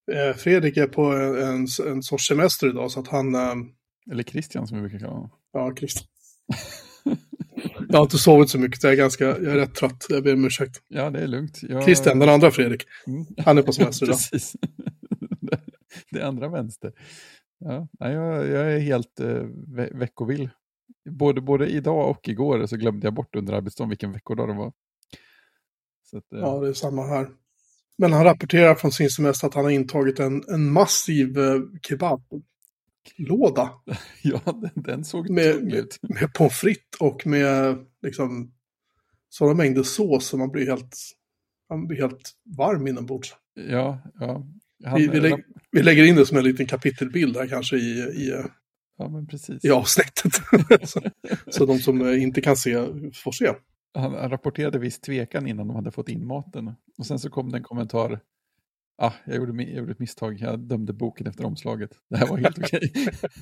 Fredrik är på en sorts semester idag så att han... Eller Christian som vi brukar kalla honom. Ja, Christian. Jag har inte sovit så mycket, jag är rätt trött, jag ber om ursäkt. Ja, det är lugnt. Christian, den andra Fredrik, han är på semester idag. Precis. Det är andra vänster. Ja, jag är helt veckovill. Både idag och igår så glömde jag bort under arbetsdagen vilken veckodag det var. Så att, ja, det är samma här. Men han rapporterar från sin semester att han har intagit en massiv kebablåda. Ja, den såg tung ut. Med pommes frites och med liksom sådana mängder sås som man blir helt varm inombords. Ja. Vi lägger in det som en liten kapitelbild här kanske ja, men precis. i avsnittet. så de som inte kan se får se. Han rapporterade viss tvekan innan de hade fått in maten. Och sen så kom det en kommentar. Jag gjorde ett misstag. Jag dömde boken efter omslaget. Det här var helt okej.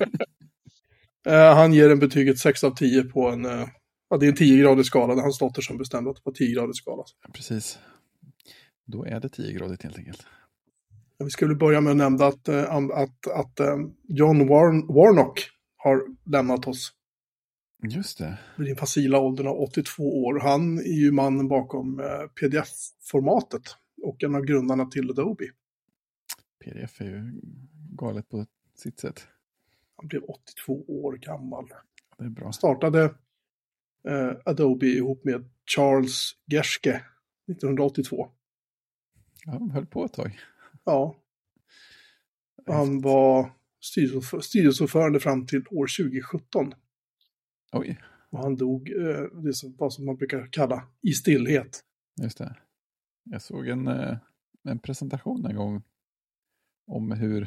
Han ger en betyget 6 av 10 på en... det är en 10-gradig skala. Det är hans dotter som bestämde att det var 10-gradig skala. Ja, precis. Då är det 10-gradigt helt enkelt. Vi skulle börja med att nämna att John Warnock har lämnat oss. Just det. Vid din facila åldern av 82 år. Han är ju mannen bakom PDF-formatet och en av grundarna till Adobe. PDF är ju galet på sitt sätt. Han blev 82 år gammal. Det är bra. Han startade Adobe ihop med Charles Geschke 1982. Ja, de höll på ett tag. Ja. Han var styrelseordförande fram till år 2017. Oj. Och han dog, vad som man brukar kalla, i stillhet. Just det. Jag såg en presentation en gång om hur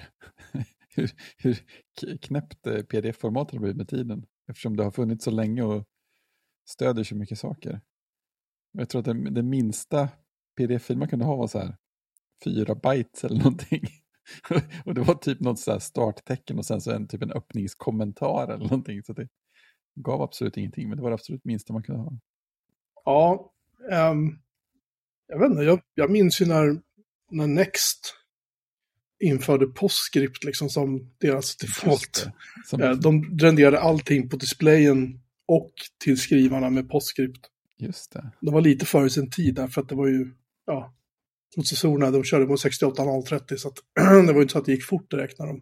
knäppt PDF-formatet har blivit med tiden. Eftersom det har funnits så länge och stöder så mycket saker. Jag tror att den minsta PDF-fil man kunde ha var så här 4 bytes eller någonting. Och det var typ något så här starttecken och sen så en öppningskommentar eller någonting. Så det gav absolut ingenting, men det var det absolut minsta man kunde ha. Ja, jag vet inte, jag minns ju när Next införde PostScript liksom som deras default. De renderade allting på displayen och till skrivarna med PostScript. Just det. Det var lite före sin tid därför att det var ju, processorerna, de körde på 6830 så att det var ju inte så att det gick fort direkt när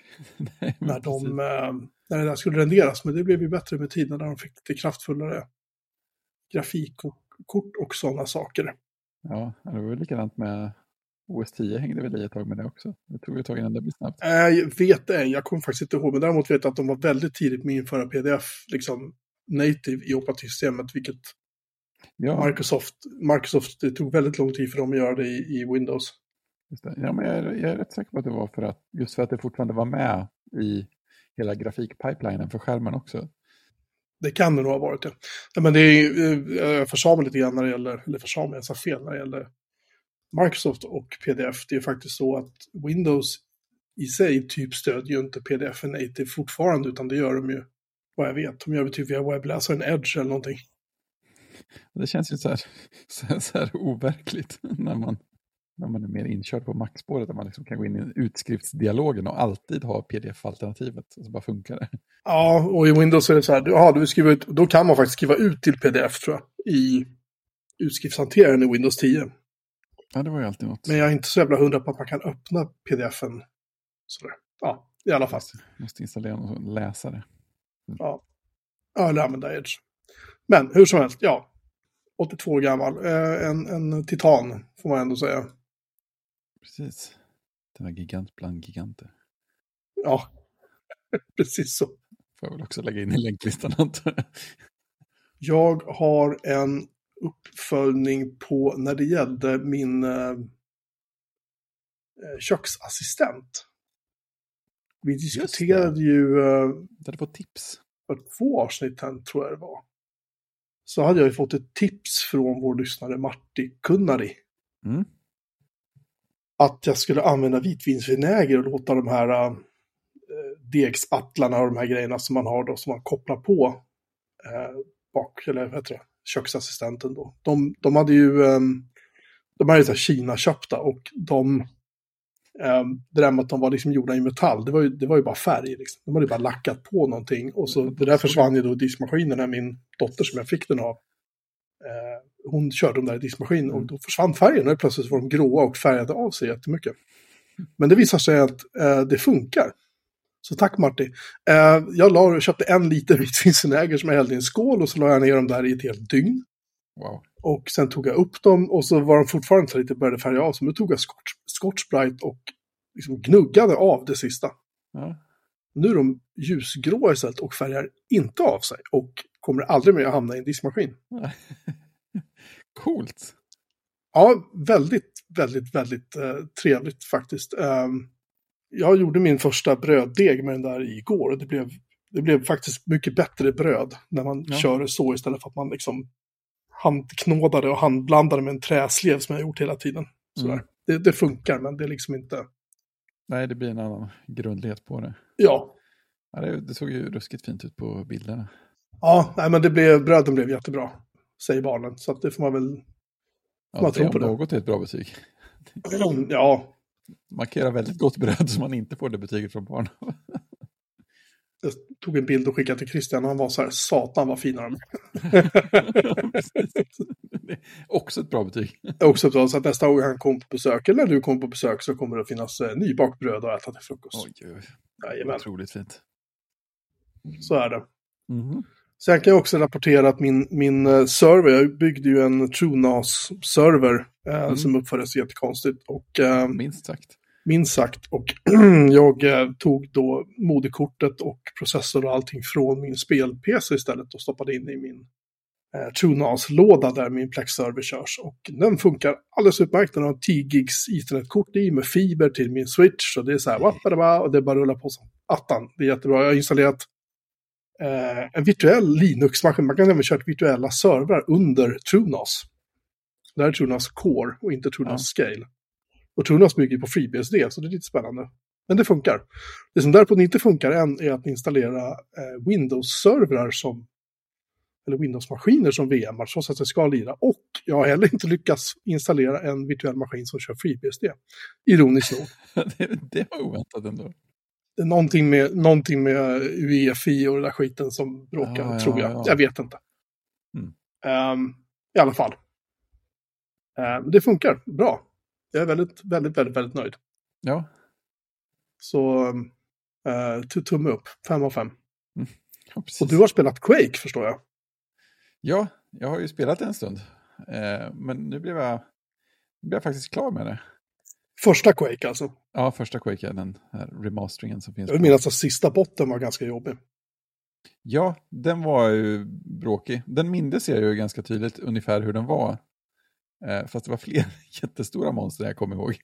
när det där skulle renderas, men det blev ju bättre med tiden när de fick lite kraftfullare grafik och kort och sådana saker. Ja, det var ju likadant med OS 10 hängde väl i ett tag med det också. Det tog ett tag innan det blev snabbt. Jag kommer faktiskt inte ihåg, men däremot vet jag att de var väldigt tidigt med att införa PDF liksom native i operativsystemet, vilket Microsoft, det tog väldigt lång tid för dem att göra det i Windows. Just det. Ja, men jag är rätt säker på att det var för att det fortfarande var med i hela grafikpipelinen för skärmen också. Det kan det nog ha varit det. Ja, men det är jag försade mig lite grann när det gäller, jag sa fel när det gäller Microsoft och PDF. Det är faktiskt så att Windows i sig typ stödjer ju inte PDF native fortfarande, utan det gör de ju, vad jag vet. De gör det typ via webbläsaren Edge eller någonting. Det känns ju så här overkligt när man är mer inkörd på Mac-spåret, där man liksom kan gå in i utskriftsdialogen och alltid ha PDF-alternativet, och så bara funkar det. Ja, och i Windows är det så här, du vill skriva ut, då kan man faktiskt skriva ut till PDF tror jag, i utskriftshanteraren i Windows 10. Ja, det var ju alltid något. Men jag är inte så jävla hundra på att man kan öppna PDF-en sådär. Ja, i alla fall. Måste installera och läsa det. Ja, eller använda Edge. Men hur som helst, 82 år gammal. En titan, får man ändå säga. Precis. Den var gigant bland giganter. Ja, precis så. Får jag väl också lägga in i länklistan, antar jag. Jag har en uppföljning på när det gällde min köksassistent. Vi diskuterade ju... det hade fått tips. För 2 avsnitt tror jag det var. Så hade jag ju fått ett tips från vår lyssnare Martti Kunnari. Mm. Att jag skulle använda vitvinsvinäger och låta de här degspattlarna och de här grejerna som man har då, som man kopplar på köksassistenten då. De hade ju de här är så här Kina-köpta och de Det där med att de var liksom gjorda i metall, det var ju bara färg. Liksom. De hade ju bara lackat på någonting. Och så det där försvann ju då i diskmaskinen när min dotter som jag fick den av. Hon körde dem där i diskmaskinen och då försvann färgen och plötsligt var de gråa och färgade av sig jättemycket. Men det visar sig att det funkar. Så tack Martin. Jag köpte 1 liter vitvinsvinäger som jag hällde i en skål och så la jag ner dem där i ett helt dygn. Wow. Och sen tog jag upp dem och så var de fortfarande så lite började färga av. Så nu tog jag Scotch Brite och liksom gnuggade av det sista. Ja. Nu är de ljusgråa istället och färgar inte av sig. Och kommer aldrig mer att hamna i en diskmaskin. Coolt. Ja, väldigt, väldigt, väldigt trevligt faktiskt. Jag gjorde min första bröddeg med den där igår. Och det blev faktiskt mycket bättre bröd när man kör det så istället för att man liksom handknådade och handblandade med en träslev som jag gjort hela tiden. Sådär. Det funkar, men det är liksom inte... Nej, det blir en annan grundlighet på det. Ja. Ja, det såg ju ruskigt fint ut på bilderna. Ja, nej, men bröden blev jättebra, säger barnen. Så att det får man väl man tro på det. Något är ett bra betyg. Ja. Markerar väldigt gott bröd så man inte får det betyget från barn. Jag tog en bild och skickade till Christian och han var så här, satan vad fina de Också ett bra betyg. Också bra, så att nästa gång han kom på besök eller när du kom på besök så kommer det att finnas nybakt bröd att äta till frukost. Oj, otroligt fint. Så är det. Mm-hmm. Sen kan jag också rapportera att min server, jag byggde ju en TrueNAS-server som uppfördes jättekonstigt. Och, minst sagt. Och jag tog då moderkortet och processor och allting från min spel-PC istället och stoppade in i min TrueNAS-låda där min Plex-server körs. Och den funkar alldeles utmärkt. Den har 10 gigs Ethernet-kort i med fiber till min Switch. Och det är så här, och det bara rullar på som attan. Det är jättebra. Jag har installerat en virtuell Linux-maskin. Man kan även köra virtuella servrar under TrueNAS. Det här är TrueNAS Core och inte TrueNAS Scale. Och TrueNAS bygger på FreeBSD, så det är lite spännande. Men det funkar. Det som därpå inte funkar än är att installera Windows-servrar eller Windows-maskiner som VM, så att det ska lira. Och jag har heller inte lyckats installera en virtuell maskin som kör FreeBSD. Ironiskt nog. Det var oväntat ändå. Det är någonting med UEFI och den där skiten som bråkar, tror jag. Jag vet inte. I alla fall. Det funkar bra. Jag är väldigt, väldigt, väldigt, väldigt nöjd. Ja. Så tumme upp. 5 av 5. Ja, och du har spelat Quake, förstår jag. Ja, jag har ju spelat en stund. Men nu blev jag faktiskt klar med det. Första Quake alltså? Ja, första Quake är den här remasteringen som finns. Jag menar att sista botten var ganska jobbig. Ja, den var ju bråkig. Den mindes jag ju ganska tydligt ungefär hur den var. Fast det var fler jättestora monster jag kommer ihåg.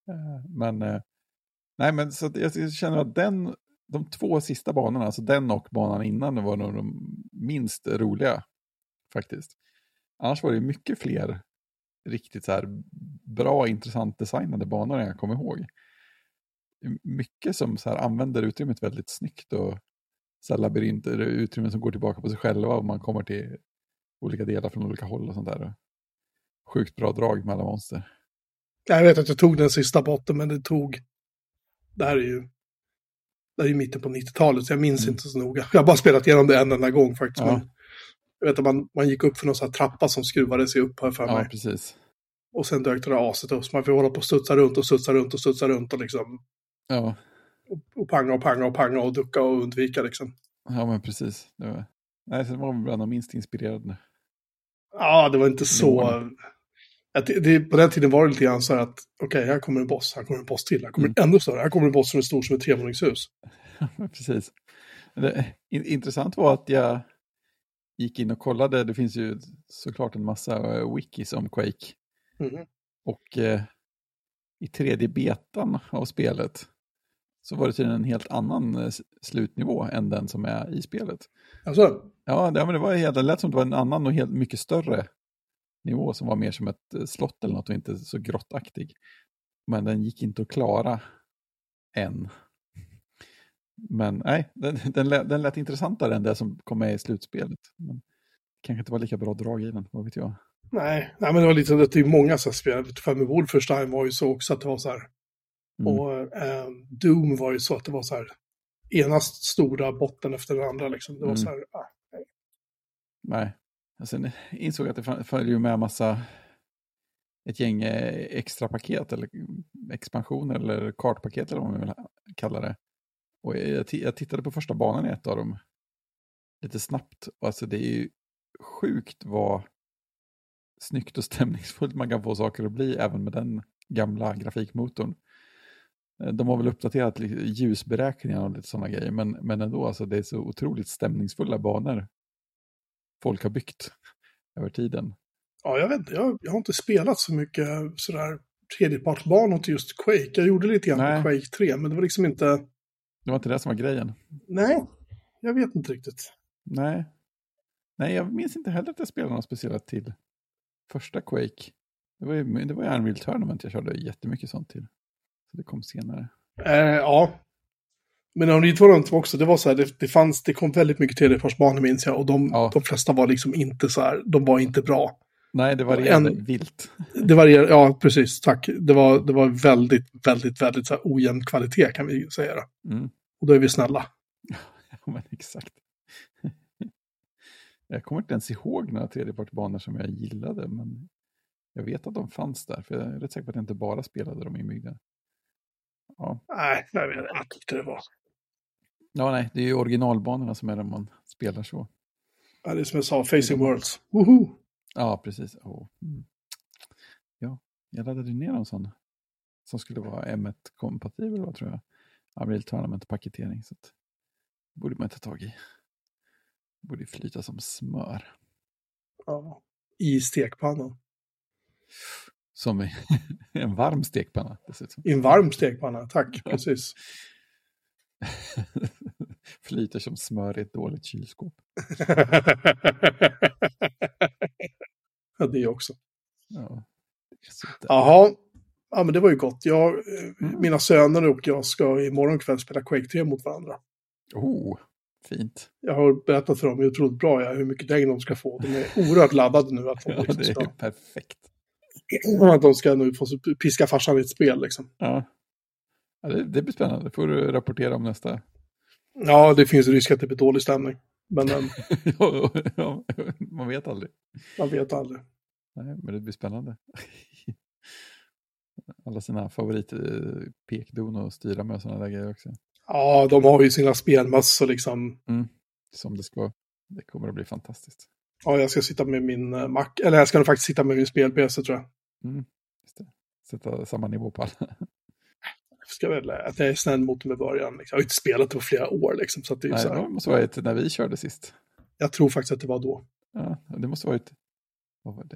Men så jag känner att de 2 sista banorna, alltså den och banan innan, var nog de minst roliga faktiskt. Annars var det mycket fler riktigt så här bra, intressant designade banor jag kommer ihåg. Mycket som så här använder utrymmet väldigt snyggt och så här labyrinter, utrymmen som går tillbaka på sig själva och man kommer till olika delar från olika håll och sånt där. Sjukt bra drag med alla monster. Jag vet att jag tog den sista botten, men det här är ju mitten på 90-talet, så jag minns inte så noga. Jag har bara spelat igenom det en enda gång faktiskt. Ja. Men jag vet att man gick upp för någon sån här trappa som skruvade sig upp här för mig. Ja, precis. Och sen dök det där aset upp, så man får hålla på och studsa runt och liksom... Ja. Och panga och ducka och undvika liksom. Ja, men precis. Nej, sen var man bland de minst inspirerade. Ja, det var inte så... på den tiden var det lite grann så här att okej, här kommer en boss till. Här kommer ännu större. Här kommer en boss som är stor som ett trevåningshus. Precis. Intressant var att jag gick in och kollade. Det finns ju såklart en massa wikis om Quake. Mm. Och i 3D betan av spelet så var det tydligen en helt annan slutnivå än den som är i spelet. Alltså? Ja, det lät som det var en annan och helt mycket större nivå som var mer som ett slott eller något och inte så grottaktig. Men den gick inte att klara än. Men nej, den lät intressantare än det som kom med i slutspelet. Men kanske inte var lika bra drag i den, vad vet jag. Nej, men det var lite, det är många så här spel. För med Wolfenstein var ju så också att det var så här, Och Doom var ju så att det var så här ena stora botten efter den andra liksom. Det var så här, nej. Nej. Sen insåg jag att det följer med ett gäng extra paket eller expansioner eller kartpaket eller vad man vill kalla det. Och jag tittade på första banan i ett av dem lite snabbt. Och alltså det är ju sjukt vad snyggt och stämningsfullt man kan få saker att bli även med den gamla grafikmotorn. De har väl uppdaterat ljusberäkningar och lite sådana grejer, men ändå, alltså, det är så otroligt stämningsfulla banor folk har byggt över tiden. Ja, jag vet inte, jag har inte spelat så mycket sådär tredjepartsbanor till just Quake. Jag gjorde lite grann på Quake 3, men det var liksom inte... Det var inte det som var grejen. Nej, jag vet inte riktigt. Nej, jag minns inte heller att jag spelade något speciellt till första Quake. Det var ju Unreal Tournament jag körde jättemycket sånt till. Så det kom senare. Ja. Men Unreal Tournament också, det var så här, det kom väldigt mycket tredjepartsbanor minns jag. Och de flesta var liksom inte så här, de var inte bra. Nej, det varierade vilt. Det varierade, ja precis, tack. Det var väldigt, väldigt, väldigt så här ojämn kvalitet kan vi säga. Och då är vi snälla. Ja, men exakt. Jag kommer inte ens ihåg några tredjepartsbanor som jag gillade, men jag vet att de fanns där, för jag är rätt säker på att jag inte bara spelade dem inbyggda. Ja. Nej, jag vet inte det var. Ja, nej, det är ju originalbanorna som är där man spelar så. Ja, det är som jag sa, Facing Worlds. Woho! Ja, precis. Ja, jag laddade ner en sån som skulle vara M1-kompatibel, tror jag. Unreal Tournament-paketering, så att det borde man inte ta tag i. Det borde flyta som smör. Ja, i stekpannan. Som en varm stekpanna. Dessutom. I en varm stekpanna, tack, precis. Flyter som smör i ett dåligt kylskåp. Ja, det också. Ja. Jaha, ja, men det var ju gott. Mina söner och jag ska imorgon kväll spela Quake 3 mot varandra. Fint. Jag har berättat för dem hur otroligt bra jag är, hur mycket däng de ska få. De är oerhört laddade nu. Att de ja, det är perfekt. Att de ska nu få piska farsan i ett spel liksom. Ja, det blir spännande. Det får du rapportera om nästa. Ja, det finns risk att det blir dålig stämning. Men ja, man vet aldrig. Man vet aldrig. Nej, men det blir spännande. Alla sina favoritpekdon och styra med sådana där grejer också. Ja, de har ju sina spelmassor liksom. Som det ska vara. Det kommer att bli fantastiskt. Ja, jag ska sitta med min Mac. Eller jag ska nog faktiskt sitta med min spel-PC, tror jag. Just det. Sätta samma nivå på alla. Jag ska väl att jag är snäll mot med början. Liksom. Jag har inte spelat det på flera år. Liksom, så att det är nej, så här. Det måste vara när vi körde sist. Jag tror faktiskt att det var då. Ja, det måste vara vad var det?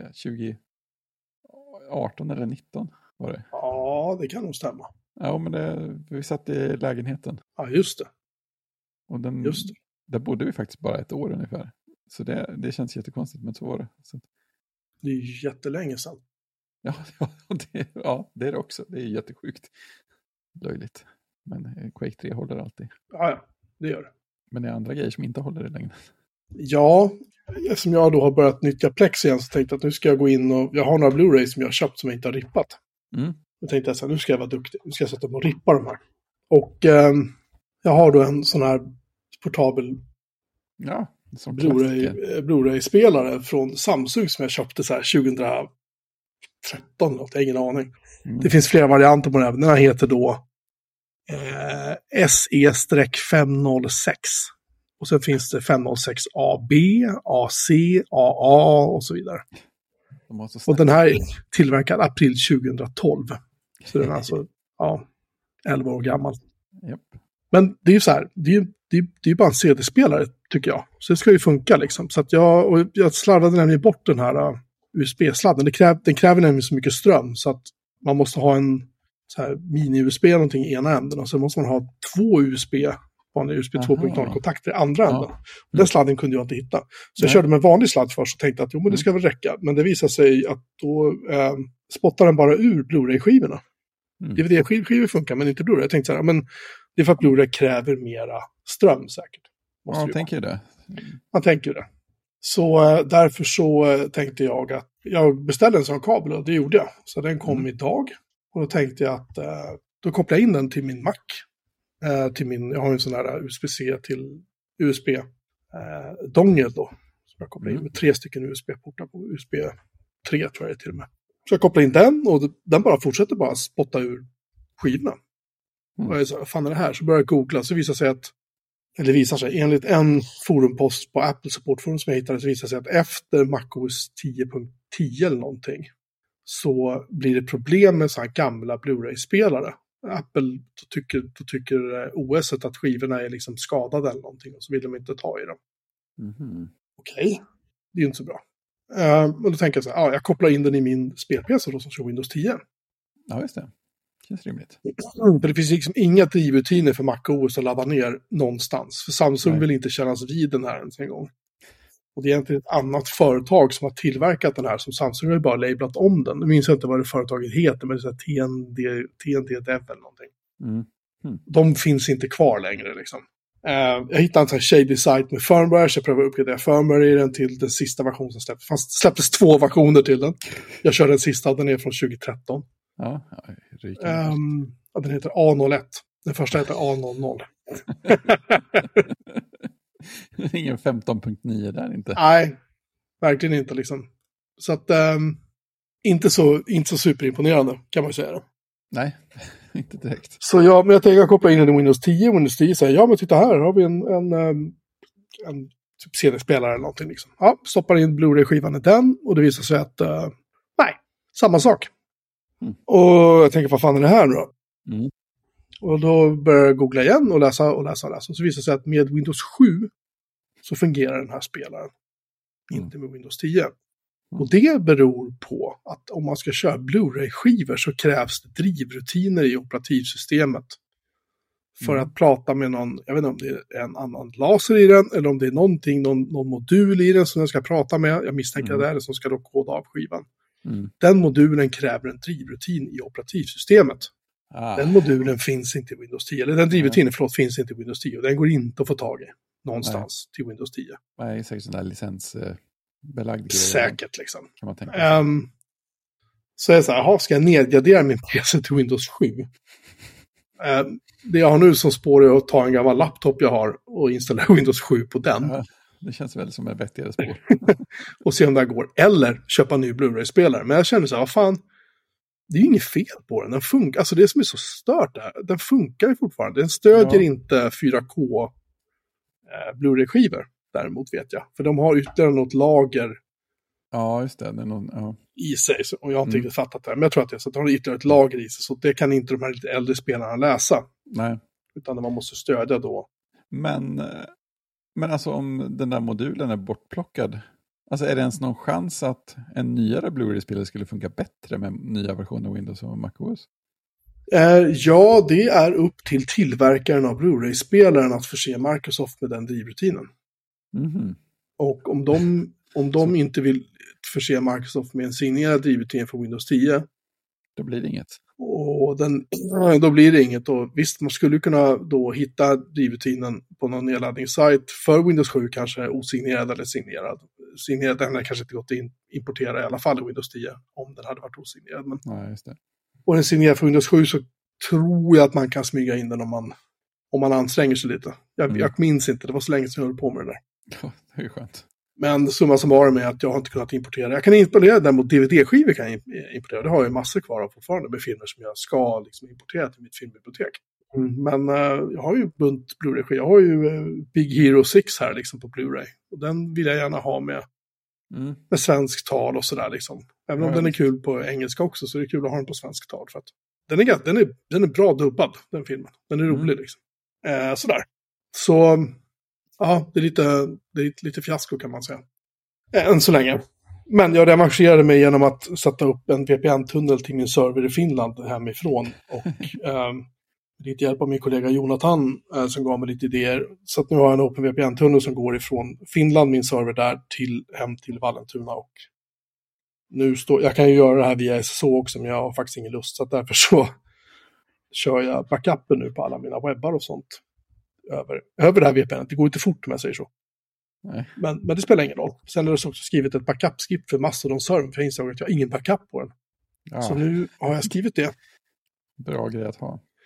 2018 eller 19 var det? Ja, det kan nog stämma. Ja, men vi satt i lägenheten. Ja, just det. Och där bodde vi faktiskt bara ett år ungefär. Så det känns jättekonstigt, men så var det. Så. Det är ju jättelänge sedan. Ja, det är det också. Det är jättesjukt. Löjligt. Men Quake 3 håller alltid. Ja, det gör det. Men det är andra grejer som inte håller i längden. Ja, som jag då har börjat nyttja Plex igen, så tänkte jag att nu ska jag gå in och jag har några Blu-rays som jag har köpt som jag inte har rippat. Jag tänkte att nu ska jag vara duktig. Nu ska jag sätta mig och rippa de här. Och jag har då en sån här portabel Blu-ray-spelare från Samsung som jag köpte så här 2013. Jag har ingen aning. Det finns flera varianter på den här. Den här heter då SE-506. Och sen finns det 506AB, AC, AA och så vidare. Och den här är tillverkad april 2012. Så den är alltså 11 år gammal. Yep. Men det är ju så här, det är bara en CD-spelare tycker jag. Så det ska ju funka liksom. Så att jag sladdade nämligen bort den här USB-sladden. Den kräver nämligen så mycket ström så att man måste ha en så här mini-USB någonting i ena änden och så måste man ha två vanliga USB 2.0-kontakter i andra änden. Den sladden kunde jag inte hitta. Så jag körde med en vanlig sladd först och tänkte att men det ska väl räcka. Men det visade sig att då spottar den bara ur Blu-ray-skivorna. DVD-skivor funkar men inte Blu-ray. Jag tänkte så här, men det är för att Blu-ray kräver mera ström säkert. Man tänker det. Man tänker det. Så därför så tänkte jag att jag beställde en sån kabel och det gjorde jag. Så den kom idag. Och då tänkte jag att Då kopplar jag in den till min Mac. Jag har en sån här USB-C till USB-dongel då. Så jag kopplar in med 3 stycken USB-portar på USB 3 tror jag till och med. Så jag kopplar in den och den bara fortsätter bara spotta ur skivorna. Och jag är så, fan är det här? Så börjar jag googla, så visar sig enligt en forumpost på Apple Support-forum som jag hittade, så visar sig att efter macOS 10.10 eller någonting så blir det problem med så här gamla Blu-ray-spelare. Apple då tycker OS:et att skivorna är liksom skadade eller någonting och så vill de inte ta i dem. Okej, det är ju inte så bra. Och då tänker jag så här, jag kopplar in den i min spel-PC då som kör Windows 10. Ja, just det. Det känns rimligt. För det finns liksom inga drivrutiner för macOS att ladda ner någonstans. För Samsung vill inte kännas vid den här ens en gång. Och det är egentligen ett annat företag som har tillverkat den här, som Samsung har ju bara lablat om den. Nu minns jag inte vad det företaget heter, men det är så här TND Dev eller någonting. De finns inte kvar längre liksom. Jag hittade en sån här shady site med firmware, så jag prövade att uppgradera firmware i den till den sista versionen som släpptes. Det släpptes 2 versioner till den. Jag kör den sista, den är från 2013. Den heter A01. Den första heter A00. Ingen 15.9 där inte. Nej, verkligen inte liksom. Så att inte så superimponerande kan man säga. Nej, inte direkt. Så men jag tänker koppla in den i Windows 10. Windows 10 säger, men titta här har vi en typ CD-spelare eller någonting liksom. Ja, stoppar in Blu-ray-skivan i den och det visar sig att nej, samma sak. Och jag tänker, vad fan är det här då? Och då börjar jag googla igen och läsa. Och så visar det sig att med Windows 7 så fungerar den här spelaren. Inte med Windows 10. Och det beror på att om man ska köra Blu-ray-skivor så krävs det drivrutiner i operativsystemet. För att prata med någon, jag vet inte om det är en annan laser i den eller om det är någon modul i den som jag ska prata med. Jag misstänker att det är det som ska då koda av skivan. Den modulen kräver en drivrutin i operativsystemet. Den modulen finns inte i Windows 10. Eller den drivrutinen, finns inte i Windows 10. Och den går inte att få tag i någonstans till Windows 10. Nej, säkert sån där licensbelagd grej. Säkert liksom. Kan man tänka. Så jag säger, ska jag nedgradera min PC till Windows 7? Det jag har nu som spår är att ta en gammal laptop jag har och installera Windows 7 på den. Ja, det känns väl som en vettigare spår. Och se om det går. Eller köpa en ny Blu-ray-spelare. Men jag känner så här, vad fan, det är ju inget fel på den. Den funkar, alltså det som är så stört där, den funkar ju fortfarande. Den stödjer inte 4K Blu-ray-skivor, däremot vet jag. För de har ytterligare något lager just det. I sig. Och jag har inte riktigt fattat det. Men jag tror att det är så att de har ytterligare ett lager i sig. Så det kan inte de här lite äldre spelarna läsa. Nej. Utan man måste stödja då. Men alltså om den där modulen är bortplockad, alltså är det ens någon chans att en nyare Blu-ray-spelare skulle funka bättre med nya versioner av Windows och MacOS? Ja, det är upp till tillverkaren av Blu-ray-spelaren att förse Microsoft med den drivrutinen. Och om de inte vill förse Microsoft med en signerad drivrutin för Windows 10, då blir det inget. Och då blir det inget. Och visst, man skulle kunna då hitta drivrutinen på någon nedladdningssajt för Windows 7, kanske osignerad eller signerad. Signerad, den hade kanske inte gått att importera i alla fall i Windows 10 om den hade varit osignerad. Men just det. Och den signerad för Windows 7 så tror jag att man kan smyga in den om man anstränger sig lite. Jag minns inte, det var så länge sedan jag höll på med det där. Ja, det är skönt. Men summa som var med att jag har inte kunnat importera. Jag kan importera den mot DVD-skivor, kan jag importera. Det har jag massor kvar av fortfarande med filmer som jag ska liksom importera till mitt filmbibliotek. Men jag har ju bunt Blu-ray-skivor. Jag har ju Big Hero 6 här liksom på Blu-ray. Och den vill jag gärna ha med svensk tal och sådär liksom. Även om den är kul på engelska också, så är det kul att ha den på svensk tal. För att den är bra dubbad, den filmen. Den är rolig liksom. Sådär. Så ja, det är lite fiasko kan man säga. Än så länge. Men jag revancherade mig genom att sätta upp en VPN-tunnel till min server i Finland hemifrån. Och lite hjälp av min kollega Jonathan som gav mig lite idéer. Så att nu har jag en OpenVPN-tunnel som går ifrån Finland, min server där, hem till Vallentuna. Och jag kan ju göra det här via SSO också, men jag har faktiskt ingen lust. Så att därför så kör jag backupen nu på alla mina webbar och sånt. Över det här VPN. Det går inte fort om jag säger så. Nej. Men det spelar ingen roll. Sen har jag också skrivit ett backup-skip för Mastodon-servern, för jag insåg att jag har ingen backup på den. Ja. Så nu har jag skrivit det. Bra grej att ha.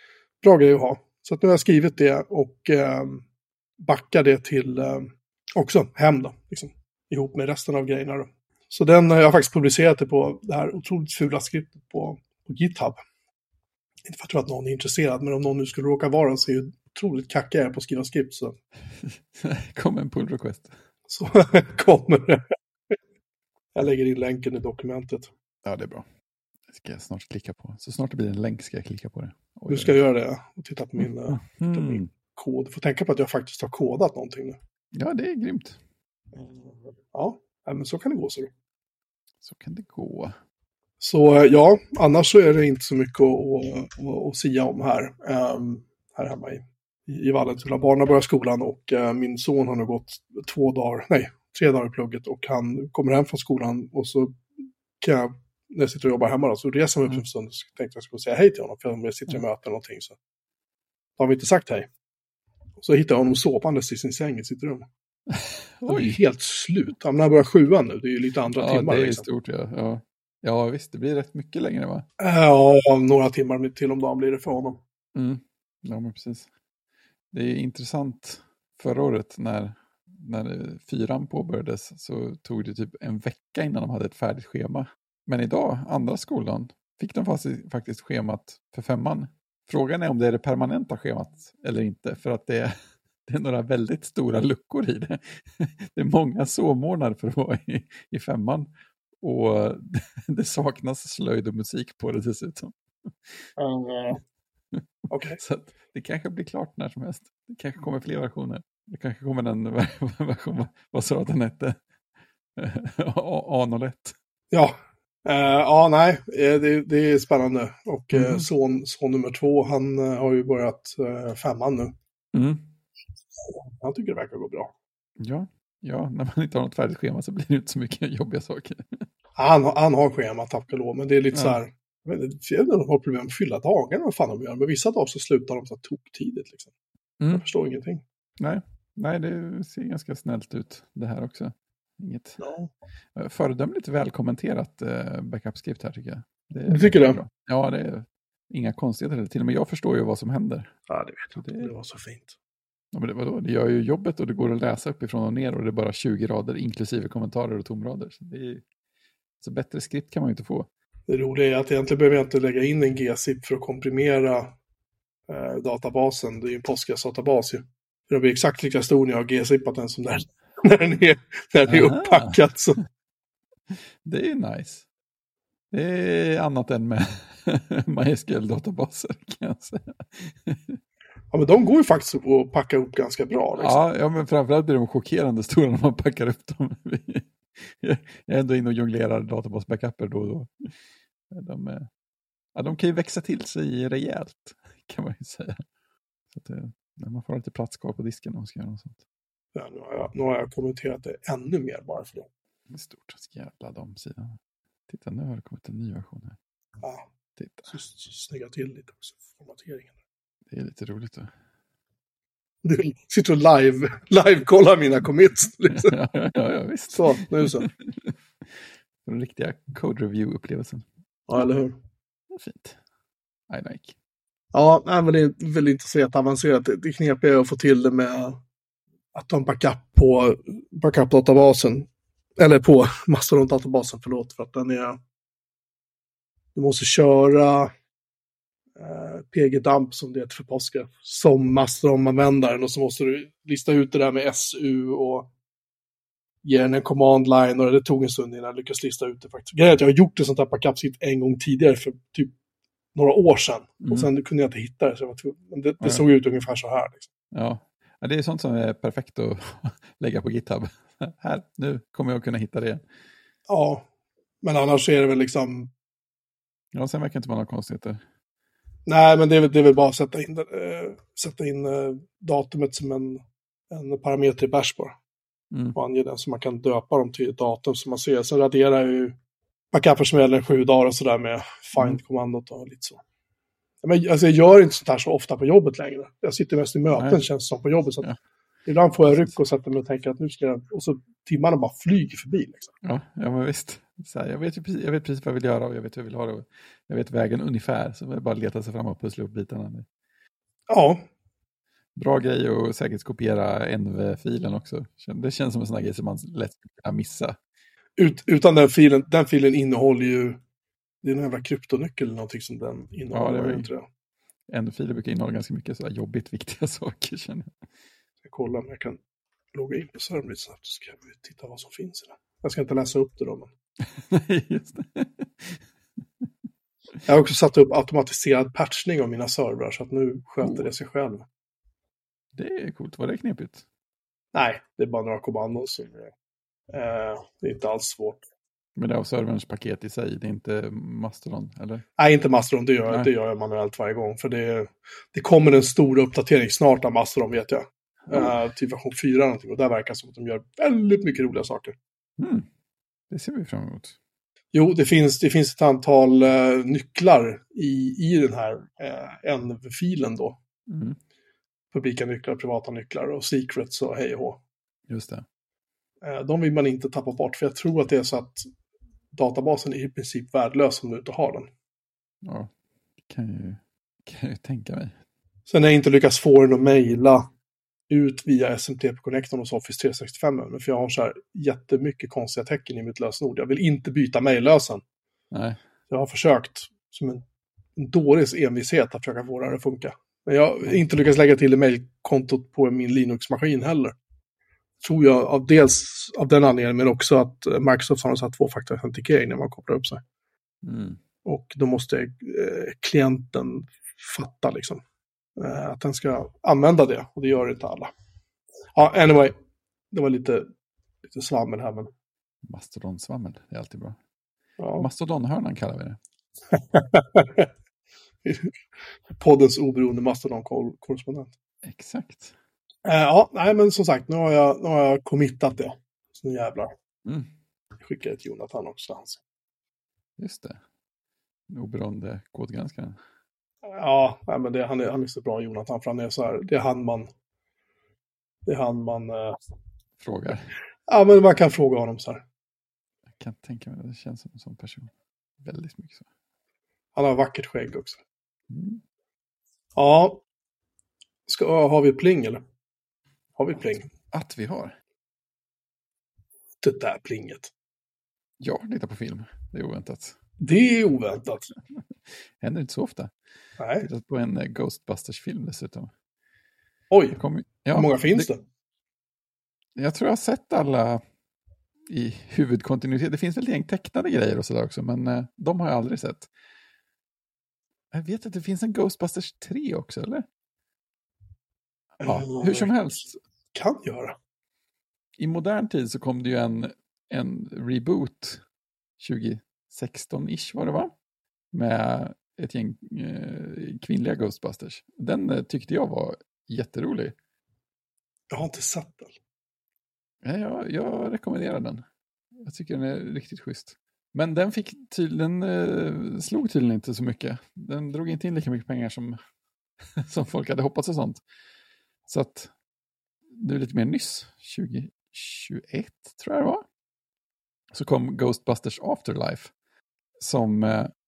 bra grej att ha. Så att nu har jag skrivit det och backar det till också hem då, liksom, ihop med resten av grejerna då. Så den har jag faktiskt publicerat det på det här otroligt fula skriptet på GitHub. Inte för att jag tror att någon är intresserad, men om någon nu skulle råka vara så är ju otroligt kacka på att skriva skript. Så. Kom en pull request. Så kommer det. Jag lägger in länken i dokumentet. Ja, det är bra. Det ska jag snart klicka på. Så snart det blir en länk ska jag klicka på det. Du ska göra det och titta på min kod. Du får tänka på att jag faktiskt har kodat någonting nu. Ja, det är grymt. Ja, men så kan det gå. Så kan det gå. Så ja, annars så är det inte så mycket att sia om här. Här hemma i Vallentuna. Barnen börjar skolan och min son har nu gått 3 dagar i plugget. Och han kommer hem från skolan och så kan jag, när jag sitter och jobbar hemma då, så reser jag upp en stund och tänkte att jag skulle säga hej till honom. För om jag sitter i möte eller någonting så har vi inte sagt hej. Och så hittar jag honom sopandes i sin säng i sitt rum. Han är ju helt slut. Han börjar 7 nu, det är ju lite andra timmar. Ja, det är liksom. stort, ja. Ja, visst, det blir rätt mycket längre, va? Ja, några timmar till om dagen blir det för honom. Ja, men precis. Det är intressant. Förra året när 4:an påbörjades så tog det typ en vecka innan de hade ett färdigt schema. Men idag, andra skolan, fick de faktiskt schemat för 5:an. Frågan är om det är det permanenta schemat eller inte, för att det är några väldigt stora luckor i det. Det är många sovmorgnar för att vara i 5:an. Och det saknas slöjd och musik på det dessutom. Okay. Så att det kanske blir klart när som helst. Det kanske kommer fler versioner. Det kanske kommer en version, vad sa den hette? A01. Ja. Nej, det är spännande. Och son nummer 2, han har ju börjat 5:an nu. Han tycker det verkar gå bra. Ja, när man inte har något färdigt schema så blir det inte så mycket jobbiga saker. Han har schema, tack och lov, men det är lite så här, jag vet inte om de har problem att fylla dagarna, vad fan de gör, men vissa dagar så slutar de så toktidigt liksom. Jag förstår ingenting. Nej, det ser ganska snällt ut det här också. Inget föredömligt välkommenterat backup-skript här tycker jag. Du tycker det? Bra. Ja, det är inga konstigheter. Till och med jag förstår ju vad som händer. Ja, det vet jag. Det var så fint. Ja, men vadå? Det gör ju jobbet och det går att läsa uppifrån och ner och det är bara 20 rader inklusive kommentarer och tomrader. Så det är så bättre skript kan man ju inte få. Det roliga är att egentligen behöver jag inte lägga in en gzip för att komprimera databasen. Det är ju en Postgres-databas ju. För det blir exakt lika stor när jag har gzipat den som när den är upppackad. Så. Det är ju nice. Det är annat än med MySQL-databaser kan jag säga. Ja, men de går ju faktiskt att packa upp ganska bra. Liksom. Ja, men framförallt blir de chockerande stora när man packar upp dem. Jag är ändå inne och jonglerar databas-backuper då och då. De kan ju växa till sig rejält, kan man ju säga. Så att man får lite plats kvar på disken om man ska göra något sånt. Ja, nu har jag kommenterat det ännu mer bara för det. Det är stort, jävla de sidan. Titta, nu har det kommit en ny version här. Ja, titta. Så snygga till lite också, formateringen. Det är lite roligt då. Du sitter och live-kollar mina commits. Liksom. ja, visst. Så, nu så. Den riktiga code review-upplevelsen. Ja, eller hur? Det är fint. I like. Ja, men det är väldigt intressant avancerat. Det knepiga är att få till det med att ta en backup-databasen. Eller på Mastodon-databasen, förlåt. För att den är... Du måste köra PG-dump som det heter för Postgres som Mastodon-användaren, och så måste du lista ut det där med SU och ge den en command line, och det tog en stund innan jag lyckades lista ut det faktiskt. Grejen är att jag har gjort det sånt här backup-skript en gång tidigare för typ några år sedan och sen kunde jag inte hitta det, så men det såg ut ungefär så här liksom. Ja, det är sånt som är perfekt att lägga på GitHub. Här, nu kommer jag kunna hitta det. Ja, men annars är det väl liksom... Ja, sen verkar inte vara några konstigheter. Nej, men det är väl bara att sätta in datumet som en parameter i Bash bara. Och ange den så man kan döpa dem till ett datum som man ser. Sen raderar ju backuper som gäller 7 dagar och sådär med find-kommandot och lite så. Men alltså, jag gör inte sånt här så ofta på jobbet längre. Jag sitter mest i möten känns som på jobbet. Så ibland får jag ryck och sätta mig och tänka att nu ska jag... Och så timmarna bara flyger förbi. Liksom. Ja, men visst. Så här, jag vet precis vad jag vill göra och jag vet hur jag vill ha det. Jag vet vägen ungefär. Så jag bara leta sig fram och pussla upp bitarna. Ja, Bra grej att säkert kopiera NV-filen också. Det känns som en sån här grej som man lätt kan missa. utan den filen innehåller ju, det är en jävla kryptonyckel eller någonting som den innehåller. Ja, det var inte det. NV-filer brukar innehålla ganska mycket så här jobbigt viktiga saker, känner jag. Jag ska kolla om jag kan logga in på servern lite snabbt, så ska vi titta vad som finns i den. Jag ska inte läsa upp det då, men... Nej, just det. Jag har också satt upp automatiserad patchning av mina servrar, så att nu sköter det sig själv. Det är coolt. Var det knepigt? Nej, det är bara några kommandon som det är inte alls svårt. Men det är av serverns paket i sig, det är inte Mastodon, eller? Nej, inte Mastodon, det gör jag manuellt varje gång. För det kommer en stor uppdatering snart av Mastodon, vet jag. Till version 4 eller någonting. Och där verkar det som att de gör väldigt mycket roliga saker. Det ser vi fram emot. Jo, det finns ett antal nycklar i den här env-filen då. Publika nycklar, privata nycklar och secrets och hej och hå. Just det. De vill man inte tappa bort, för jag tror att det är så att databasen är i princip värdelös om du inte har den. Ja, kan ju tänka mig. Sen har jag inte lyckats få den att mejla ut via SMTP-connectorn hos Office 365. För jag har så här jättemycket konstiga tecken i mitt lösenord. Jag vill inte byta mejllösen. Nej. Jag har försökt som en dåres envishet att försöka få det här att funka. Men jag har inte lyckats lägga till mejlkontot på min Linux-maskin heller. Tror jag dels av den anledningen, men också att Microsoft har en sån här tvåfaktor-autentikering när man kopplar upp sig. Och då måste klienten fatta liksom att den ska använda det, och det gör inte alla. Ja, anyway, det var lite svammel här, men... Mastodon-svammel, det är alltid bra. Ja. Mastodon-hörnan kallar vi det. Poddens oberoende Mastodon-korrespondent. Exakt. Ja, nej, men som sagt, nu har jag committat det. Så nu jävlar. Jag skickar ett Jonathan också. Just det. Oberoende kodgranskaren. Ja, nej, men han är så bra, Jonathan, för han är så här, det är han man frågar. Ja, men man kan fråga honom så här. Jag kan tänka mig, det känns som en sån person. Väldigt mycket så. Han har vackert skägg också. Ja. Har vi pling eller? Har vi pling? Att vi har. Det där plinget. Ja, lite på film. Det är oväntat. Det är oväntat. Händer inte så ofta. Nej. Tittat på en Ghostbusters-film dessutom. Oj, hur många finns det? Jag tror jag har sett alla i huvudkontinuitet. Det finns väl ett gäng tecknade grejer och sådär också, men de har jag aldrig sett. Jag vet att det finns en Ghostbusters 3 också, eller? Ja, hur som helst. Kan göra. I modern tid så kom det ju en reboot 2016-ish var det, va? Med ett gäng kvinnliga Ghostbusters. Den tyckte jag var jätterolig. Jag har inte sett den. Ja, jag rekommenderar den. Jag tycker den är riktigt schysst. Men den slog tydligen inte så mycket. Den drog inte in lika mycket pengar som folk hade hoppats och sånt. Så att nu lite mer nyss, 2021 tror jag det var, så kom Ghostbusters Afterlife som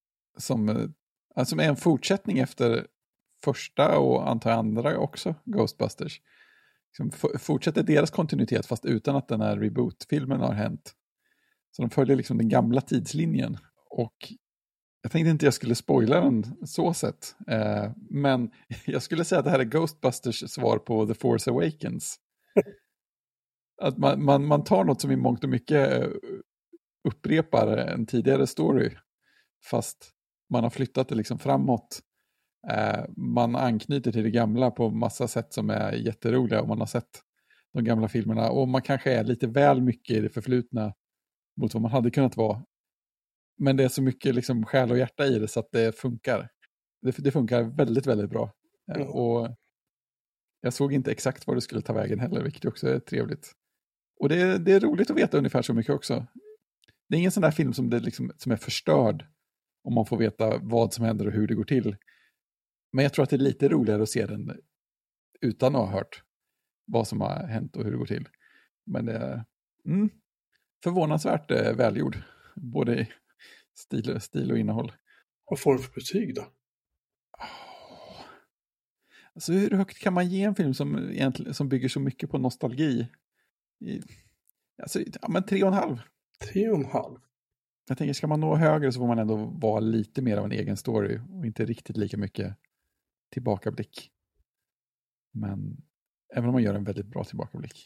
är en fortsättning efter första och antar andra också Ghostbusters. Fortsätter deras kontinuitet fast utan att den här reboot-filmen har hänt. Så de följer liksom den gamla tidslinjen. Och jag tänkte inte jag skulle spoila den så sett. Men jag skulle säga att det här är Ghostbusters svar på The Force Awakens. Att man tar något som i mångt och mycket upprepar en tidigare story. Fast man har flyttat det liksom framåt. Man anknyter till det gamla på massa sätt som är jätteroliga. Och man har sett de gamla filmerna. Och man kanske är lite väl mycket i det förflutna mot vad man hade kunnat vara. Men det är så mycket liksom själ och hjärta i det så att det funkar. Det funkar väldigt, väldigt bra. Och jag såg inte exakt var det skulle ta vägen heller, vilket också är trevligt. Och det är roligt att veta ungefär så mycket också. Det är ingen sån där film som är förstörd om man får veta vad som händer och hur det går till. Men jag tror att det är lite roligare att se den utan att ha hört vad som har hänt och hur det går till. Men det är förvånansvärt välgjord. Både i stil och innehåll. Vad får du för betyg då? Alltså hur högt kan man ge en film som bygger så mycket på nostalgi? Alltså, ja, men 3,5. 3,5. Jag tänker, ska man nå högre så får man ändå vara lite mer av en egen story och inte riktigt lika mycket tillbakablick. Men även om man gör en väldigt bra tillbakablick.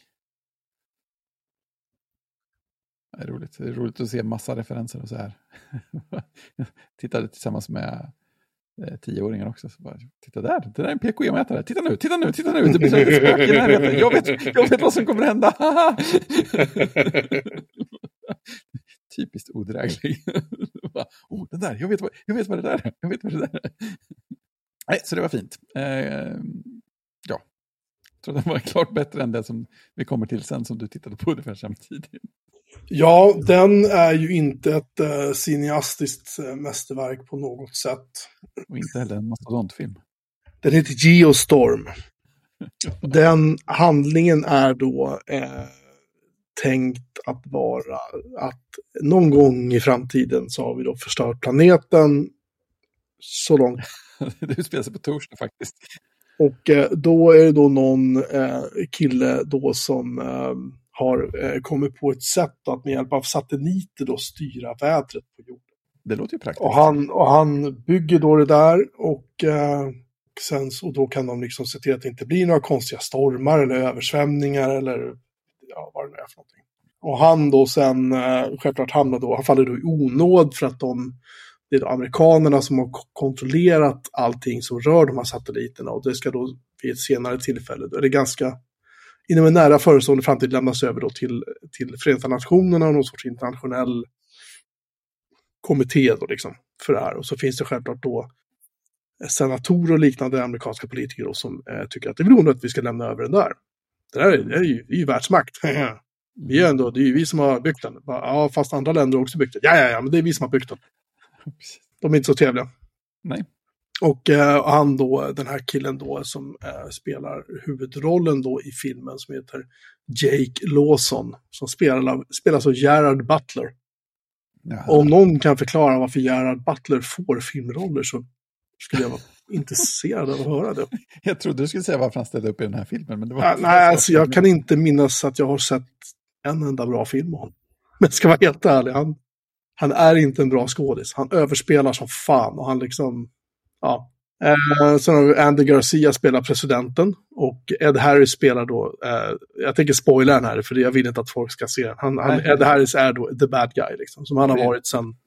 Det är roligt. Det är roligt att se massa referenser och så här. Jag tittade tillsammans med 10-åringar också. Så bara, titta där, det där är en PKE-mätare. Titta nu. Det blir så ett spök i närheten. Jag vet vad som kommer hända. Typiskt odräglig. Den där, jag vet vad det där är. Nej, så det var fint. Ja. Jag tror det var klart bättre än det som vi kommer till sen som du tittade på ungefär samtidigt. Ja, den är ju inte ett cineastiskt mästerverk på något sätt. Och inte heller en mastodontfilm. Den heter Geostorm. Den handlingen är då tänkt att vara att någon gång i framtiden så har vi då förstört planeten så långt. Det spelar sig på torsdag faktiskt. Och då är det då någon kille då som har kommit på ett sätt att med hjälp av satelliter då styra vädret på jorden. Det låter ju praktiskt. Och han bygger då det där och sen så då kan de liksom se till att det inte blir några konstiga stormar eller översvämningar eller ja, vad det nu är för någonting. Och han då sen självklart han faller då i onåd för att det är då amerikanerna som har kontrollerat allting som rör de här satelliterna och det ska då vid ett senare tillfälle, då är det ganska inom en nära förestående framtid lämnas över då till Förenta Nationerna och någon sorts internationell kommitté då liksom för det här. Och så finns det självklart då senatorer och liknande amerikanska politiker då, som tycker att det är väl onödigt att vi ska lämna över den där. Det där är ju världsmakt. Vi är ändå, det är ju vi som har byggt den. Ja, fast andra länder har också byggt den. Ja, men det är vi som har byggt den. De är inte så trevliga. Nej. Och han då, den här killen då som spelar huvudrollen då i filmen som heter Jake Lawson som spelas av Gerard Butler. Jaha. Om någon kan förklara varför Gerard Butler får filmroller så skulle jag vara intresserad av att höra det. Jag trodde du skulle säga varför han ställde upp i den här filmen. Men det var nej, alltså jag kan inte minnas att jag har sett en enda bra film om honom. Men ska vara helt ärlig, han är inte en bra skådis. Han överspelar som fan och han liksom, ja. Sen har vi Andy Garcia spelar presidenten och Ed Harris spelar då, jag tänker spoila den här för jag vill inte att folk ska se den. Ed Harris är då the bad guy liksom, som han har varit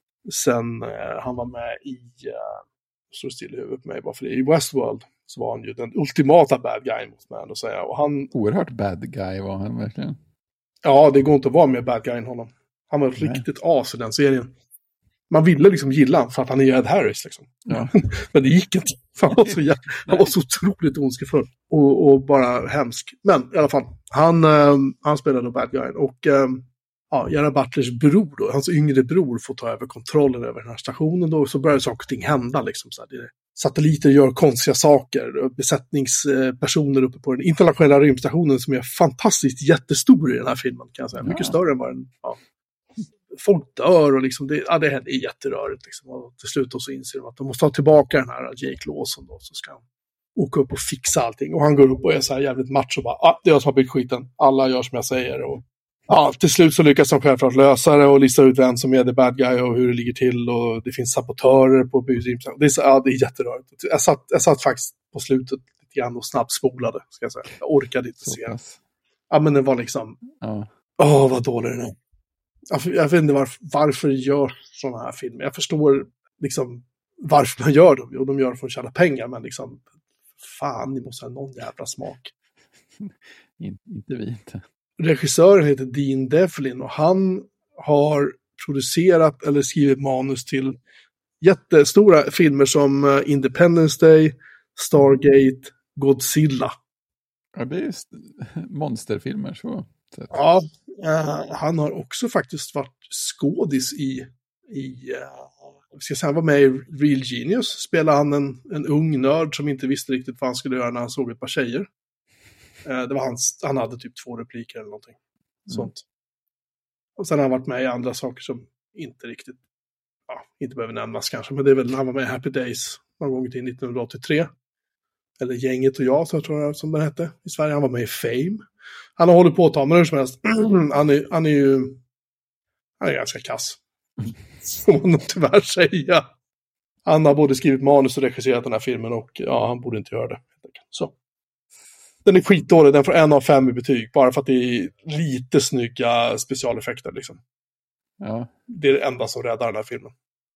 sen han var med i står still i huvudet på mig bara för det. I Westworld så var han ju den ultimata bad guy måste man ändå säga. Och han, oerhört bad guy var han verkligen. Ja, det går inte att vara mer bad guy än honom. Han var riktigt as i den serien. Man ville liksom gilla han för att han är Ed Harris liksom. Ja. Men det gick inte. Han var så otroligt ondskefull och bara hemsk. Men i alla fall, han spelade bad guy och Gerard Butlers bror då, hans yngre bror får ta över kontrollen över den här stationen då, så börjar saker och ting hända liksom så här. Satelliter gör konstiga saker, besättningspersoner uppe på den internationella rymdstationen som är fantastiskt jättestor i den här filmen kan jag säga, mycket större än vad den folk dör och liksom det är jätterörigt liksom. Och till slut så inser de att de måste ta tillbaka den här Jake Lawson då, så ska han åka upp och fixa allting och han går upp och är så här jävligt macho och bara, det är jag som har byggt skiten, alla gör som jag säger och till slut så lyckas de självklart lösa det och lista ut vem som är the bad guy och hur det ligger till och det finns sabotörer på byggrymdstationen. Det är jätterörigt. Jag satt faktiskt på slutet lite grann och snabbt spolade, ska jag säga. Jag orkade inte se. Ja, men det var liksom vad dålig den är. Jag vet inte varför gör sådana här filmer. Jag förstår liksom varför man gör dem. Jo, de gör det för att tjäna pengar, men liksom fan, ni måste ha någon jävla smak. Inte vi inte. Regissören heter Dean Devlin och han har producerat eller skrivit manus till jättestora filmer som Independence Day, Stargate, Godzilla. Ja, det är monsterfilmer så. Ja, han har också faktiskt varit skådis i ska jag säga, han var med i Real Genius. Spelade han en ung nörd som inte visste riktigt vad han skulle göra när han såg ett par tjejer. Det var han hade typ 2 repliker eller någonting. Sånt. Och sen har han varit med i andra saker som inte riktigt, inte behöver nämnas kanske, men det är väl när han var med i Happy Days någon gång till 1983. Eller Gänget och jag, så jag tror jag som den hette i Sverige. Han var med i Fame. Han har hållit på att ta, men hur som helst. Han är ganska kass. Får man nog tyvärr säga. Han har både skrivit manus och regisserat den här filmen och ja, han borde inte göra det. Så. Den är skitdålig, den får 1 av 5 i betyg. Bara för att det är lite snygga specialeffekter liksom. Ja. Det är det enda som räddar den här filmen.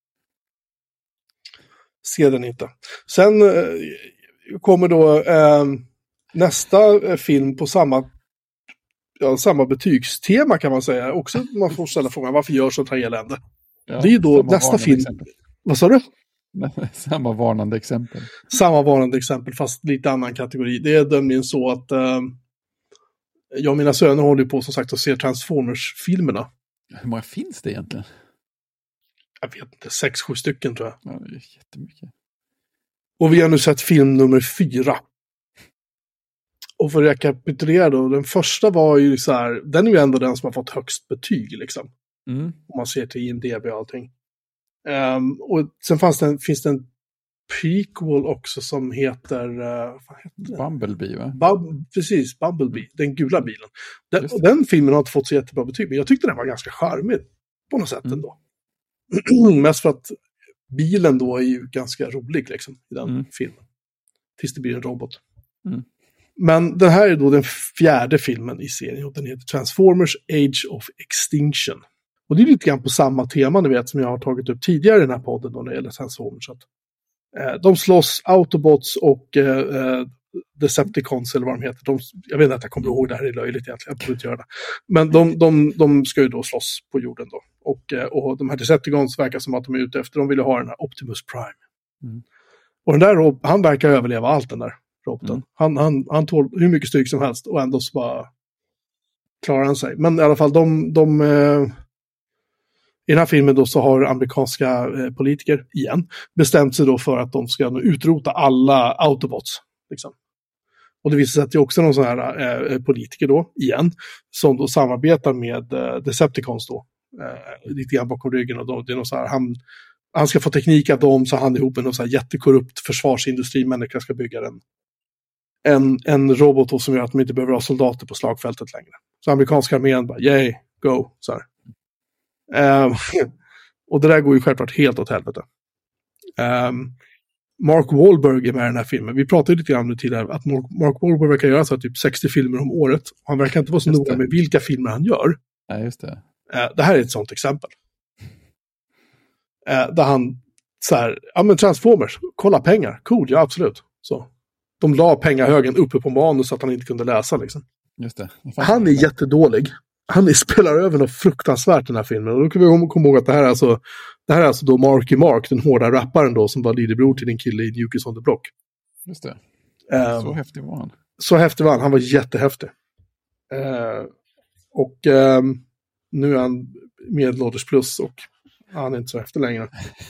Se den inte. Sen kommer då nästa film på samma betygstema kan man säga. Också man får ställa frågan, varför gör sånt här elände? Ja, det är då nästa film. Exempel. Vad sa du? Samma varnande exempel. Samma varnande exempel, fast lite annan kategori. Det är nämligen så att jag och mina söner håller på som sagt att se Transformers-filmerna. Hur många finns det egentligen? Jag vet inte, 6-7 stycken tror jag. Ja, det är jättemycket. Och vi har nu sett film nummer 4. Och för att rekapitulera då, den första var ju så här, den är ju ändå den som har fått högst betyg liksom. Mm. Om man ser till IMDb och allting. Och sen finns det en prequel också som heter... vad heter Bumblebee, va? Precis, Bumblebee, den gula bilen. Den filmen har inte fått så jättebra betyg, men jag tyckte den var ganska charmig på något sätt ändå. Mest för att bilen då är ju ganska rolig liksom, i den filmen. Tills det blir en robot. Mm. Men den här är då den 4:e filmen i serien och den heter Transformers Age of Extinction. Och det är lite grann på samma tema, ni vet, som jag har tagit upp tidigare i den här podden då när det gäller Transformers. De slåss Autobots och Decepticons eller vad de heter. Jag vet inte att jag kommer ihåg, det här är löjligt egentligen, jag borde inte göra det. Men de ska ju då slåss på jorden då. Och de här Decepticons verkar som att de är ute efter, de vill ha den här Optimus Prime. Mm. Och den där, han verkar överleva allt, den där roboten. Han tål hur mycket stryk som helst och ändå så bara klarar han sig. Men i alla fall, i den här filmen då så har amerikanska politiker igen bestämt sig då för att de ska utrota alla Autobots. Liksom. Och det visar sig att det är också någon sån här politiker då, igen, som då samarbetar med Decepticons då. Lite grann bakom ryggen och då, det är någon så här, han ska få teknik av dem så han ihop med någon så här jättekorrupt försvarsindustrimänniska ska bygga en robot då, som gör att de inte behöver ha soldater på slagfältet längre. Så amerikanska armén bara, yay, go, så här. Och det där går ju självklart helt åt helvete. Mark Wahlberg är med i den här filmen. Vi pratade lite grann tidigare att Mark Wahlberg verkar göra så typ 60 filmer om året. Han verkar inte vara så noga med vilka filmer han gör. Ja, just det. Det här är ett sånt exempel. Där han så här, ja men Transformers, kolla pengar, cool, ja absolut. Så. De la pengahögen uppe på manus så att han inte kunde läsa liksom. Just det. Han är jättedålig. Han spelar över något fruktansvärt den här filmen. Och då kan vi komma ihåg att det här är alltså då Marky Mark, den hårda rapparen då, som var lillebror till din kille i New Kids on the Block. Just det. Så häftig var han. Så häftig var han. Han var jättehäftig. Nu är han medelålders plus och han är inte så häftig längre.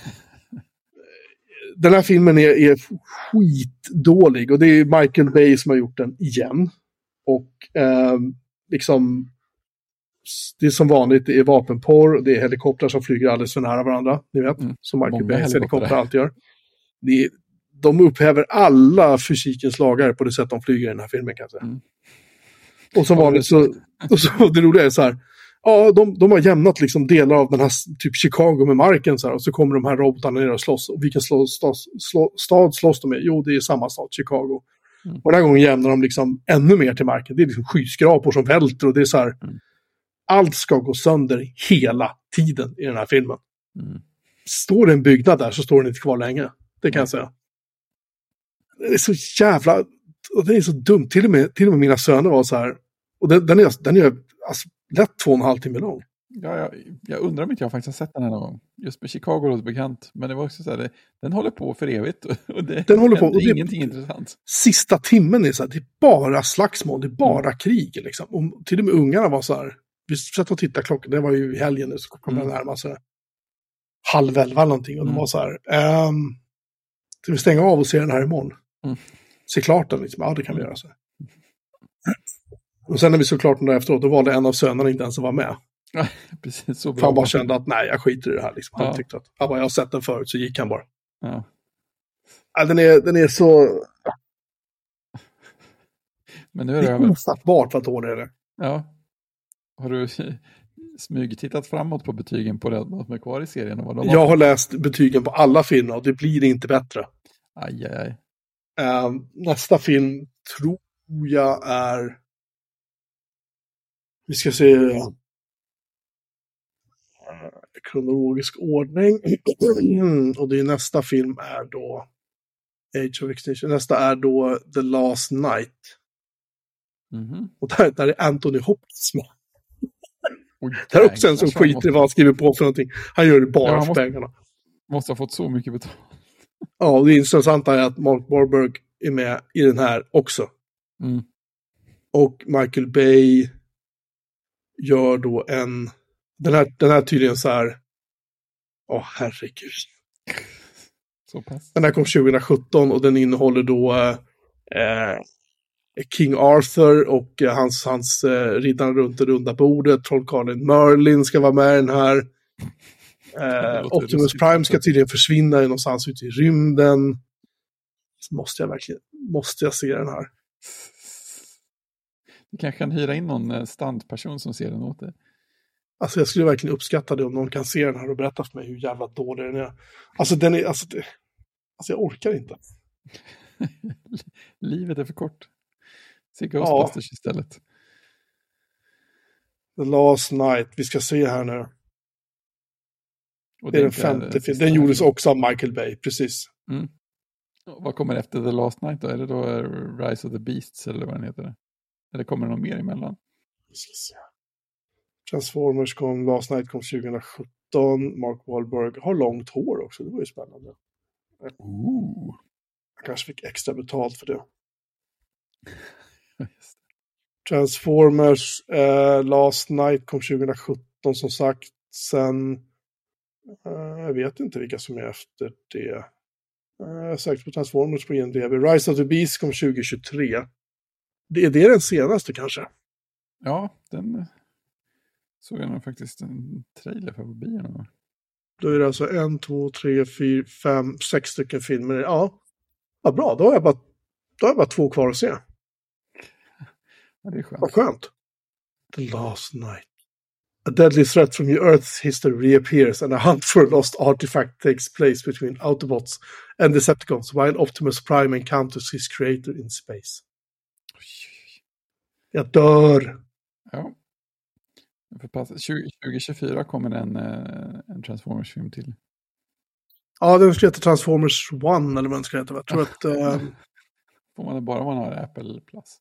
Den här filmen är skitdålig och det är Michael Bay som har gjort den igen. Och liksom det är som vanligt, det är vapenporr, det är helikoptrar som flyger alldeles för nära varandra, ni vet, som Michael Bays helikoptrar alltid gör. De upphäver alla fysikens lagar på det sätt de flyger i den här filmen, kan jag säga. Och som vanligt så det roliga är så här, ja, de har jämnat liksom delar av den här typ Chicago med marken så här, och så kommer de här robotarna ner och slåss. Och vilken stad slåss de med? Jo, det är samma stad, Chicago. Och den här gången jämnar de liksom ännu mer till marken. Det är liksom skyskrapor som välter och det är så här, allt ska gå sönder hela tiden i den här filmen. Står det en byggnad där så står den inte kvar länge. Det kan jag säga. Det är så jävla, och det är så dumt. Till och med mina söner var så här, och den är alltså lätt 2,5 timmar lång. Ja, jag undrar om inte jag faktiskt har sett den här någon gång. Just med Chicago låter bekant. Men det var också så här, den håller på för evigt. Och den håller på, och det är ingenting intressant. Sista timmen är så här, det är bara slagsmål, det är bara krig liksom. Och till och med ungarna var så här, vi satt och tittade klockan, det var ju i helgen nu, så kom den närma sig 10:30 någonting. Och de var så här, ska vi stänga av och se den här imorgon? Se klart den liksom, ja det kan vi göra så. Och sen när vi såg klart den där efteråt, då var det en av sönerna inte ens att vara med. Ja, precis, så bra. Han bara kände att nej, jag skiter i det här. Liksom. Han tyckte att jag har sett den förut, så gick han bara. Ja. Ja, den är så... Men nu är Det det är över. ofattbart vad dålig det är. Ja. Har du smygtittat framåt på betygen på det som är kvar i serien? Och vad de Jag har läst betygen på alla filmer och det blir inte bättre. Aj, aj, aj. Nästa film tror jag är... Vi ska se... kronologisk ordning. Och det är nästa film är då Age of Extinction. Nästa är då The Last Night. Mhm. Och där är Anthony Hopkins med. Oj, Det är också en som jäklar, skiter i vad han skriver på för någonting. Han gör det bara Ja, han för pengarna. måste ha fått så mycket betalt. Ja, och det intressanta är att Mark Wahlberg är med i den här också. Mm. Och Michael Bay gör då en... Den här tydligen så här... Herregud. Så pass. Den här kom 2017 och den innehåller då King Arthur och hans riddare runt det runda bordet. Trollkarlen Merlin ska vara med i den här. Optimus ruskigt. Prime ska tydligen försvinna någonstans ute i rymden. Så måste jag se den här. Du kanske kan hyra in någon standperson som ser den åt dig. Alltså jag skulle verkligen uppskatta det om någon kan se den här och berätta för mig hur jävla dålig den är. Alltså jag orkar inte. Livet är för kort. Se Ghostbusters istället. The Last Night, vi ska se här nu. Och det är den femte filmen. Den gjordes också av Michael Bay, precis. Mm. Vad kommer efter The Last Night då? Är det då Rise of the Beasts eller vad den heter? Eller kommer det någon mer emellan? Vi ska se. Transformers kom, Last Night kom 2017. Mark Wahlberg har långt hår också, det var ju spännande. Jag kanske fick extra betalt för det. Transformers, Last Night kom 2017 som sagt. Sen, jag vet inte vilka som är efter det. Jag är säker på Transformers på IMDb. Rise of the Beast kom 2023. Det är den senaste kanske? Ja, den såg jag nog faktiskt en trailer för på bion. Då är det alltså 1, 2, 3, 4, 5, 6 stycken filmer. Ja, vad bra. Då har jag bara 2 kvar att se. Ja, det är skönt. Vad skönt. The Last Night. A deadly threat from Earth's history reappears and a hunt for a lost artifact takes place between Autobots and Decepticons while Optimus Prime encounters his creator in space. Jag dör. Ja. 2024 kommer en Transformers-film till. Ja, den ska heta Transformers One eller vad den ska heta. Jag tror att... Får man det bara om man har Apple Plus.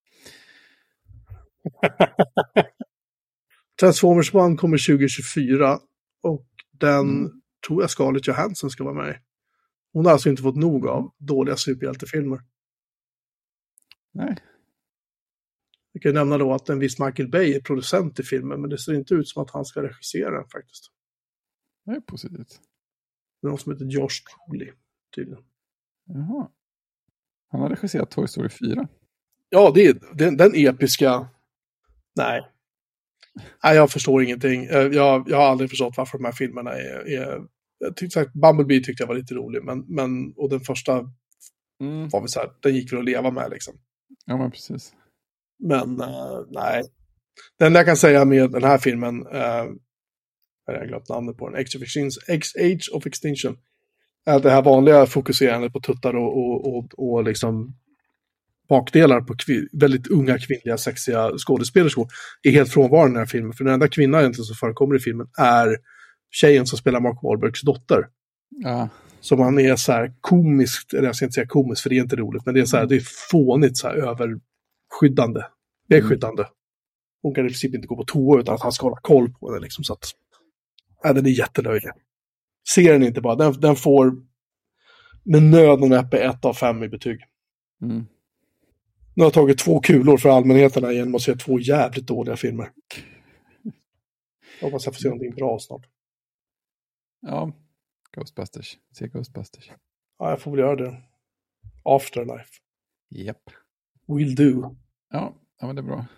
Transformers One kommer 2024 och den tror jag Scarlett Johansson ska vara med i. Hon har alltså inte fått nog av dåliga superhjältefilmer. Nej. Jag kan nämna då att en viss Michael Bay är producent i filmen, men det ser inte ut som att han ska regissera den faktiskt. Det är positivt. Det är någon som heter Josh Tooley, tydligen. Jaha. Han har regisserat Toy Story 4. Ja, det är den episka... Nej, jag förstår ingenting. Jag har aldrig förstått varför de här filmerna är... Bumblebee tyckte jag var lite rolig, men och den första var väl så här, den gick väl att leva med liksom. Ja, men precis. Men nej. Den där jag kan säga med den här filmen, jag har glömt namnet på den, Age of Extinction, är det här vanliga fokuserandet på tuttar och liksom bakdelar på väldigt unga kvinnliga sexiga skådespelerskor är helt frånvarande i den här filmen. För den enda kvinnan egentligen som förekommer i filmen är tjejen som spelar Mark Wahlbergs dotter. Ja. Som han är så här komiskt, eller jag ska inte säga komiskt för det är inte roligt, men det är så här, det är fånigt så här överskyddande. Beskyddande. Hon kan i princip inte gå på toa utan att han ska hålla koll på henne liksom, så att den är jättelöjlig. Ser den inte bara, den får med nöd och näppe 1 av 5 i betyg. Mm. Nu har jag tagit 2 kulor för allmänheten genom att se 2 jävligt dåliga filmer. Jag hoppas jag får se någonting bra snart. Ja, Ghostbusters. Se Ghostbusters. Ja, jag får väl göra det. Afterlife. Japp. Will do. Ja, men det är bra.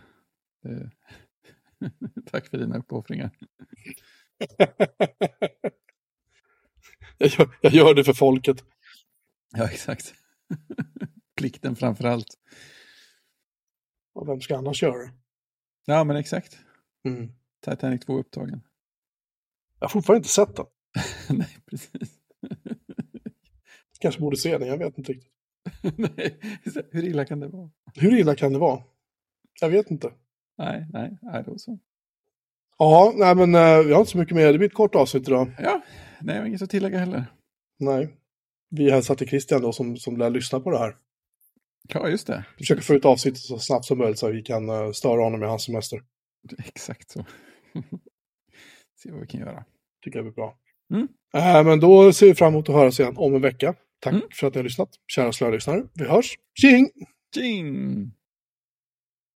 Tack för dina uppoffringar. jag gör det för folket. Ja, exakt. Plikten framför allt. vem ska annars göra det? Ja, men exakt. Mm. Titanic 2 upptagen. Jag har fortfarande inte sett den. Nej, precis. Kanske borde se den, jag vet inte riktigt. Nej, hur illa kan det vara? Hur illa kan det vara? Jag vet inte. Nej, då så. Ja, nej men vi har inte så mycket mer. Det blir ett kort avsnitt idag. Ja, nej, jag har inget att tillägga heller. Nej. Vi hälsar till Christian då som lär lyssna på det här. Ja, just det. Försöker få ut avsnittet så snabbt som möjligt så att vi kan störa honom i hans semester. Exakt så. Se vad vi kan göra. Tycker jag blir bra. Mm. Men då ser vi fram emot att höras igen om en vecka. Tack för att ni har lyssnat, kära slölyssnare. Vi hörs. Tjing! Tjing!